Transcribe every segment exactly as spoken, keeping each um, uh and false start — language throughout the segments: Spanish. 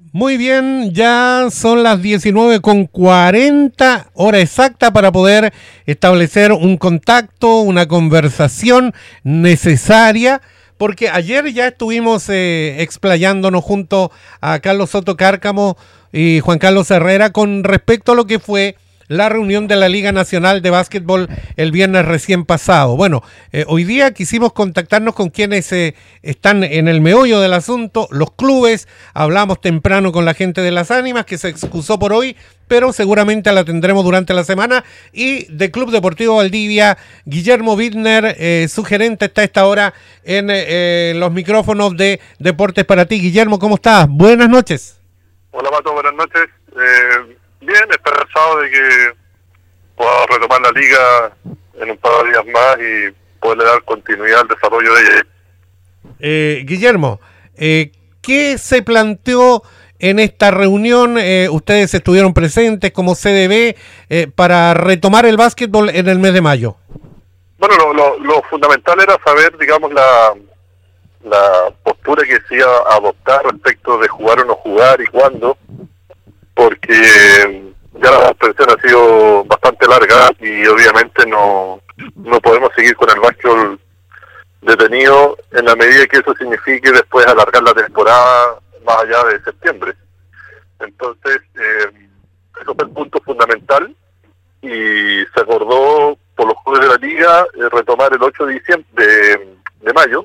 Muy bien, ya son las diecinueve con cuarenta, hora exacta para poder establecer un contacto, una conversación necesaria, porque ayer ya estuvimos eh, explayándonos junto a Carlos Soto Cárcamo y Juan Carlos Herrera con respecto a lo que fue la reunión de la Liga Nacional de Básquetbol el viernes recién pasado. Bueno, eh, hoy día quisimos contactarnos con quienes eh, están en el meollo del asunto, los clubes. Hablamos temprano con la gente de Las Ánimas, que se excusó por hoy, pero seguramente la tendremos durante la semana. Y de Club Deportivo Valdivia, Guillermo Bittner, eh, su gerente, está a esta hora en eh, los micrófonos de Deportes para ti. Guillermo, ¿cómo estás? Buenas noches. Hola, Pato, buenas noches. Eh... Bien, esperanzado de que pueda retomar la liga en un par de días más y poderle dar continuidad al desarrollo de ella. Eh, Guillermo, eh, ¿qué se planteó en esta reunión? Eh, ustedes estuvieron presentes como C D B eh, para retomar el básquetbol en el mes de mayo. Bueno, lo, lo, lo fundamental era saber, digamos, la, la postura que se iba a adoptar respecto de jugar o no jugar y cuándo, porque ya la suspensión ha sido bastante larga y obviamente no no podemos seguir con el básquetbol detenido en la medida que eso signifique después alargar la temporada más allá de septiembre. Entonces, eh, eso fue el punto fundamental y se acordó por los clubes de la liga eh, retomar el ocho de diciembre de, de mayo,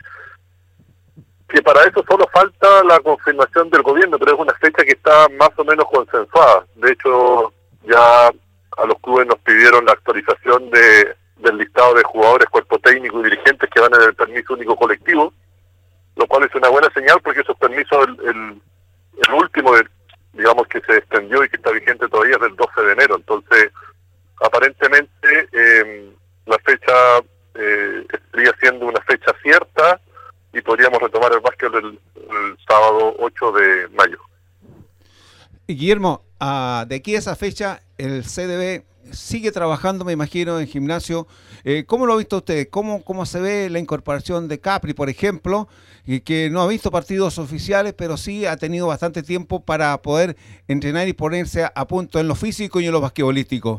que para eso solo falta la confirmación del gobierno, pero es una fecha que está más o menos consensuada. De hecho, ya a los clubes nos pidieron la actualización de del listado de jugadores, cuerpo técnico y dirigentes que van en el permiso único colectivo, lo cual es una buena señal porque esos permisos, el, el, el último, de, digamos, que se extendió y que está vigente todavía es del doce de enero. Entonces, aparentemente, eh, la fecha eh, estaría siendo una fecha cierta y podríamos retomar el básquet el, el sábado ocho de mayo. Guillermo, uh, de aquí a esa fecha, el C D B sigue trabajando, me imagino, en gimnasio. Eh, ¿Cómo lo ha visto usted? ¿Cómo, ¿Cómo se ve la incorporación de Capri, por ejemplo, y que no ha visto partidos oficiales, pero sí ha tenido bastante tiempo para poder entrenar y ponerse a, a punto en lo físico y en lo basquetbolístico?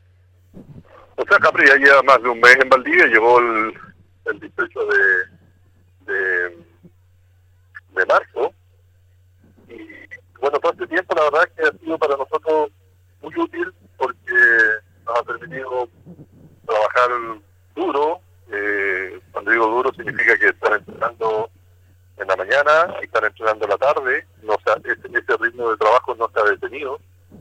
O sea, Capri ya lleva más de un mes en Valdivia, llegó el, el dieciocho de... De, de marzo, y bueno, todo este tiempo la verdad es que ha sido para nosotros muy útil porque nos ha permitido trabajar duro. Eh, cuando digo duro significa que están entrenando en la mañana y están entrenando en la tarde, no, o sea, ese, ese ritmo de trabajo no se ha detenido,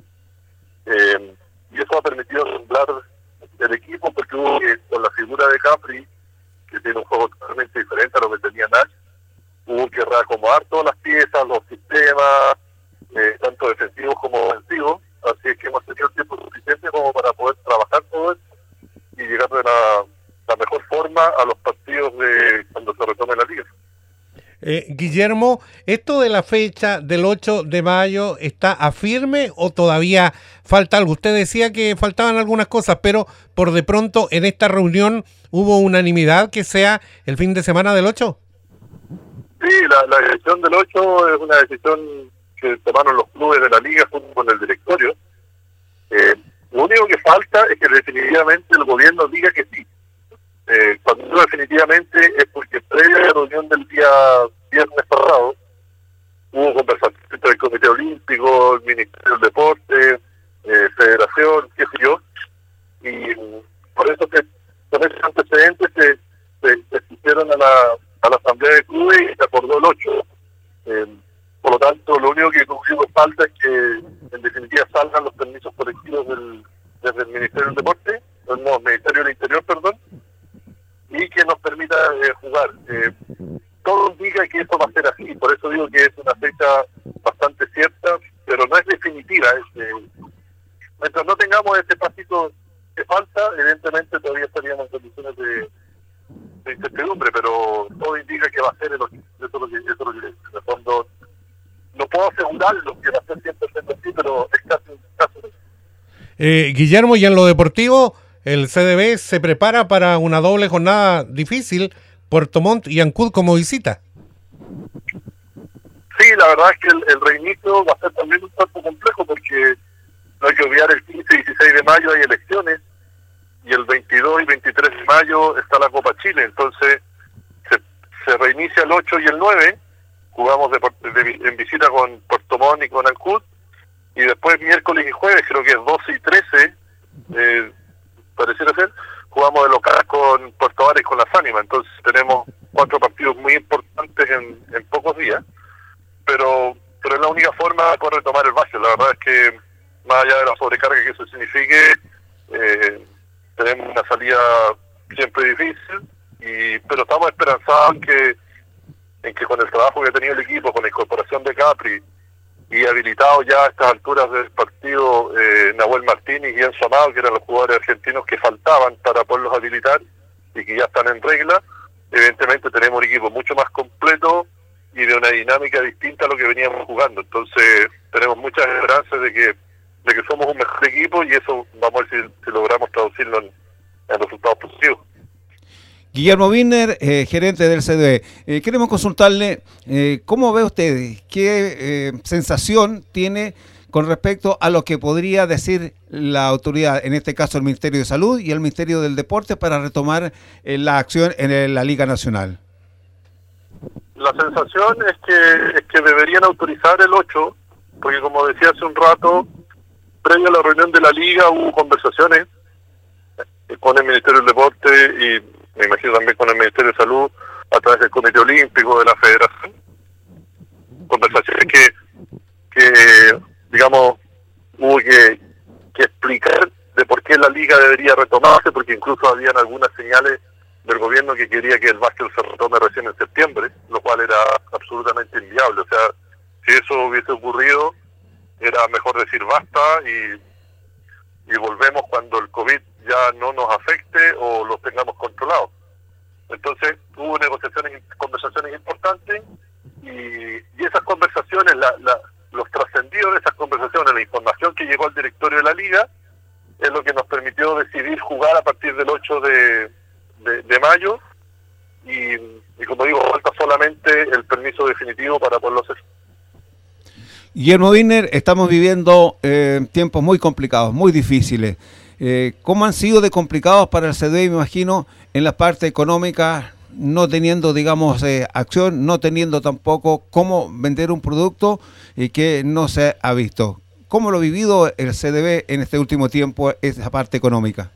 eh, y eso ha permitido asemblar el equipo porque hubo que, con la figura de Capri, que tiene un juego totalmente diferente a lo que tenía Nash, hubo que reacomodar todas las piezas, los sistemas, eh, tanto defensivos como ofensivos, así es que hemos tenido el tiempo suficiente como para poder trabajar todo esto y llegar de la, la mejor forma a los partidos de cuando se retome la liga. Eh, Guillermo, ¿esto de la fecha del ocho de mayo está a firme o todavía falta algo? Usted decía que faltaban algunas cosas, pero por de pronto en esta reunión hubo unanimidad que sea el fin de semana del ocho. Sí, la, la decisión del ocho es una decisión que tomaron los clubes de la liga junto con el directorio. Eh, lo único que falta es que definitivamente el gobierno diga que sí. Eh, cuando digo definitivamente es porque previa a la reunión del día viernes pasado hubo conversaciones entre el Comité Olímpico, el Ministerio del Deporte, eh, Federación, qué sé yo, y por eso que con esos antecedentes se, se, se expusieron a la, a la Asamblea de Clubes y se acordó el ocho. Eh, por lo tanto, lo único que consigo falta es que en definitiva salgan los permisos colectivos del, desde el Ministerio del Deporte, no, el Ministerio del Interior, perdón, y que nos permita eh, jugar. Eh, todo indica que eso va a ser así, por eso digo que es una fecha bastante cierta, pero no es definitiva. Es, eh, mientras no tengamos ese pasito que falta, evidentemente todavía estaríamos en condiciones de, de incertidumbre, pero todo indica que va a ser el ocho. Eso es lo que, eso es lo que en el fondo no puedo asegurarlo que va a ser cien por ciento así, pero es casi un caso. Eh, Guillermo, y en lo deportivo, el C D B se prepara para una doble jornada difícil, Puerto Montt y Ancud como visita. Sí, la verdad es que el, el reinicio va a ser también un tanto complejo porque no hay que olvidar el quince y dieciséis de mayo hay elecciones y el veintidós y veintitrés de mayo está la Copa Chile, entonces se, se reinicia el ocho y el nueve, jugamos de, de, en visita con Puerto Montt y con Ancud, y después miércoles y jueves, creo que es doce y trece, eh, pareciera ser, jugamos de local con Puerto Varas y con Las Ánimas, entonces tenemos cuatro partidos muy importantes en, en pocos días, pero pero es la única forma de poder retomar el básquet. La verdad es que más allá de la sobrecarga que eso signifique, eh, tenemos una salida siempre difícil, y pero estamos esperanzados en que, en que con el trabajo que ha tenido el equipo, con la incorporación de Capri, y habilitado ya a estas alturas del partido eh, Nahuel Martínez y Enzo Amado, que eran los jugadores argentinos que faltaban para poderlos habilitar y que ya están en regla, evidentemente tenemos un equipo mucho más completo y de una dinámica distinta a lo que veníamos jugando. Entonces tenemos muchas esperanzas de que de que somos un mejor equipo, y eso vamos a ver si, si logramos traducirlo en, en resultados positivos. Guillermo Wiener, eh, gerente del C D B, eh, queremos consultarle eh, cómo ve usted, qué eh, sensación tiene con respecto a lo que podría decir la autoridad, en este caso el Ministerio de Salud y el Ministerio del Deporte, para retomar eh, la acción en el, la Liga Nacional. La sensación es que es que deberían autorizar el ocho, porque como decía hace un rato, previo a la reunión de la Liga hubo conversaciones con el Ministerio del Deporte y me imagino también con el Ministerio de Salud a través del Comité Olímpico, de la Federación, conversaciones que, que digamos, hubo que, que explicar de por qué la Liga debería retomarse, porque incluso habían algunas señales del gobierno que quería que el básquet se retome recién en septiembre, lo cual era absolutamente inviable. O sea, si eso hubiese ocurrido, era mejor decir basta y, y volvemos cuando el COVID ya no nos afecte o los tengamos controlados. Entonces hubo negociaciones, conversaciones importantes, y, y esas conversaciones, la, la, los trascendidos de esas conversaciones, la información que llegó al directorio de la Liga, es lo que nos permitió decidir jugar a partir del ocho de, de, de mayo, y, y como digo, falta solamente el permiso definitivo para poderlo hacer. Guillermo Wiener, estamos viviendo eh, tiempos muy complicados, muy difíciles. Eh, ¿Cómo han sido de complicados para el C D B, me imagino, en la parte económica, no teniendo, digamos, eh, acción, no teniendo tampoco cómo vender un producto y que no se ha visto? ¿Cómo lo ha vivido el C D B en este último tiempo, esa parte económica?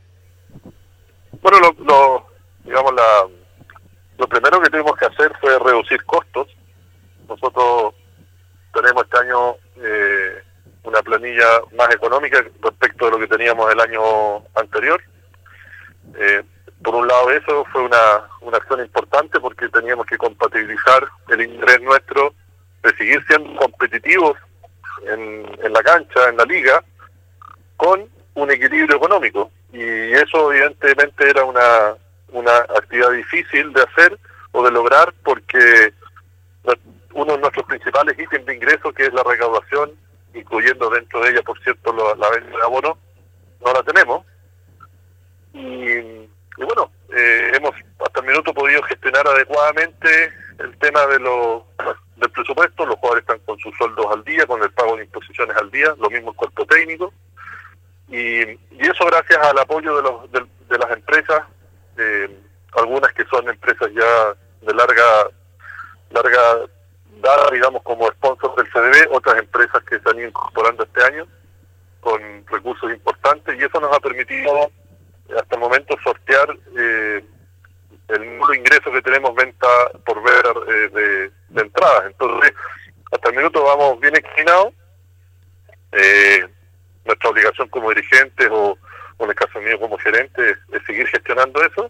Bueno, lo, lo, digamos, la, lo primero que tuvimos que hacer fue reducir costos. Nosotros tenemos este año eh, una planilla más económica respecto de lo que teníamos el año anterior. Eh, por un lado, eso fue una, una acción importante porque teníamos que compatibilizar el interés nuestro de seguir siendo competitivos en, en la cancha, en la liga, con un equilibrio económico. Y eso evidentemente era una, una actividad difícil de hacer o de lograr, porque uno de nuestros principales ítems de ingreso, que es la recaudación, incluyendo dentro de ella, por cierto, la, la venta de abonos, no la tenemos. Y, y bueno, eh, hemos hasta el minuto podido gestionar adecuadamente el tema de lo, del presupuesto. Los jugadores están con sus sueldos al día, con el pago de imposiciones al día, lo mismo el cuerpo técnico. Y, y eso gracias al apoyo de, los, de, de las empresas, eh, algunas que son empresas ya de larga larga dada, digamos, como sponsors del C D B, otras empresas que se han ido incorporando este año con recursos importantes, y eso nos ha permitido hasta el momento sortear eh, el nulo ingreso que tenemos venta por ver eh, de, de entradas. Entonces, hasta el minuto vamos bien encaminados. Eh, nuestra obligación como dirigentes o, o en el caso mío como gerente es, es seguir gestionando eso,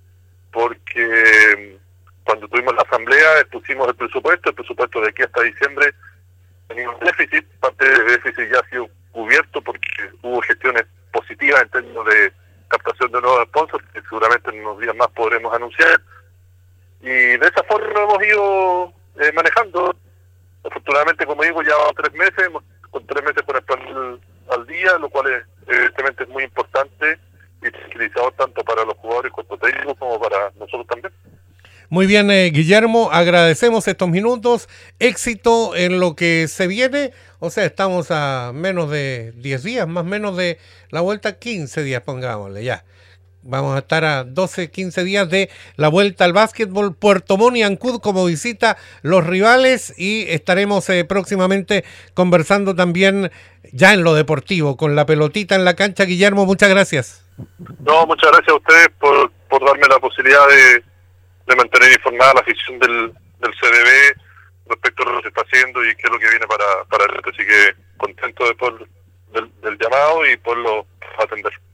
porque cuando tuvimos la asamblea expusimos el presupuesto, el presupuesto de aquí hasta diciembre tenía un déficit, parte del déficit ya ha sido cubierto porque hubo gestiones positivas en términos de captación de nuevos sponsors, que seguramente en unos días más podremos anunciar, y de esa forma lo hemos ido eh, manejando. Afortunadamente, como digo, ya van tres meses, con tres meses con el plan al día, lo cual es, evidentemente es muy importante y tranquilizador tanto para los jugadores, cuerpo técnico, como para nosotros también. Muy bien, eh, Guillermo, agradecemos estos minutos, éxito en lo que se viene, o sea, estamos a menos de diez días, más o menos de la vuelta, quince días, pongámosle, ya. Vamos a estar a doce, quince días de la vuelta al básquetbol. Puerto Montt y Ancud como visita los rivales y estaremos eh, próximamente conversando también ya en lo deportivo, con la pelotita en la cancha. Guillermo, muchas gracias. No, muchas gracias a ustedes por, por darme la posibilidad de, de mantener informada la afición del, del C D B respecto a lo que se está haciendo y qué es lo que viene para, para el resto. Así que contento después del, del llamado y por lo atender.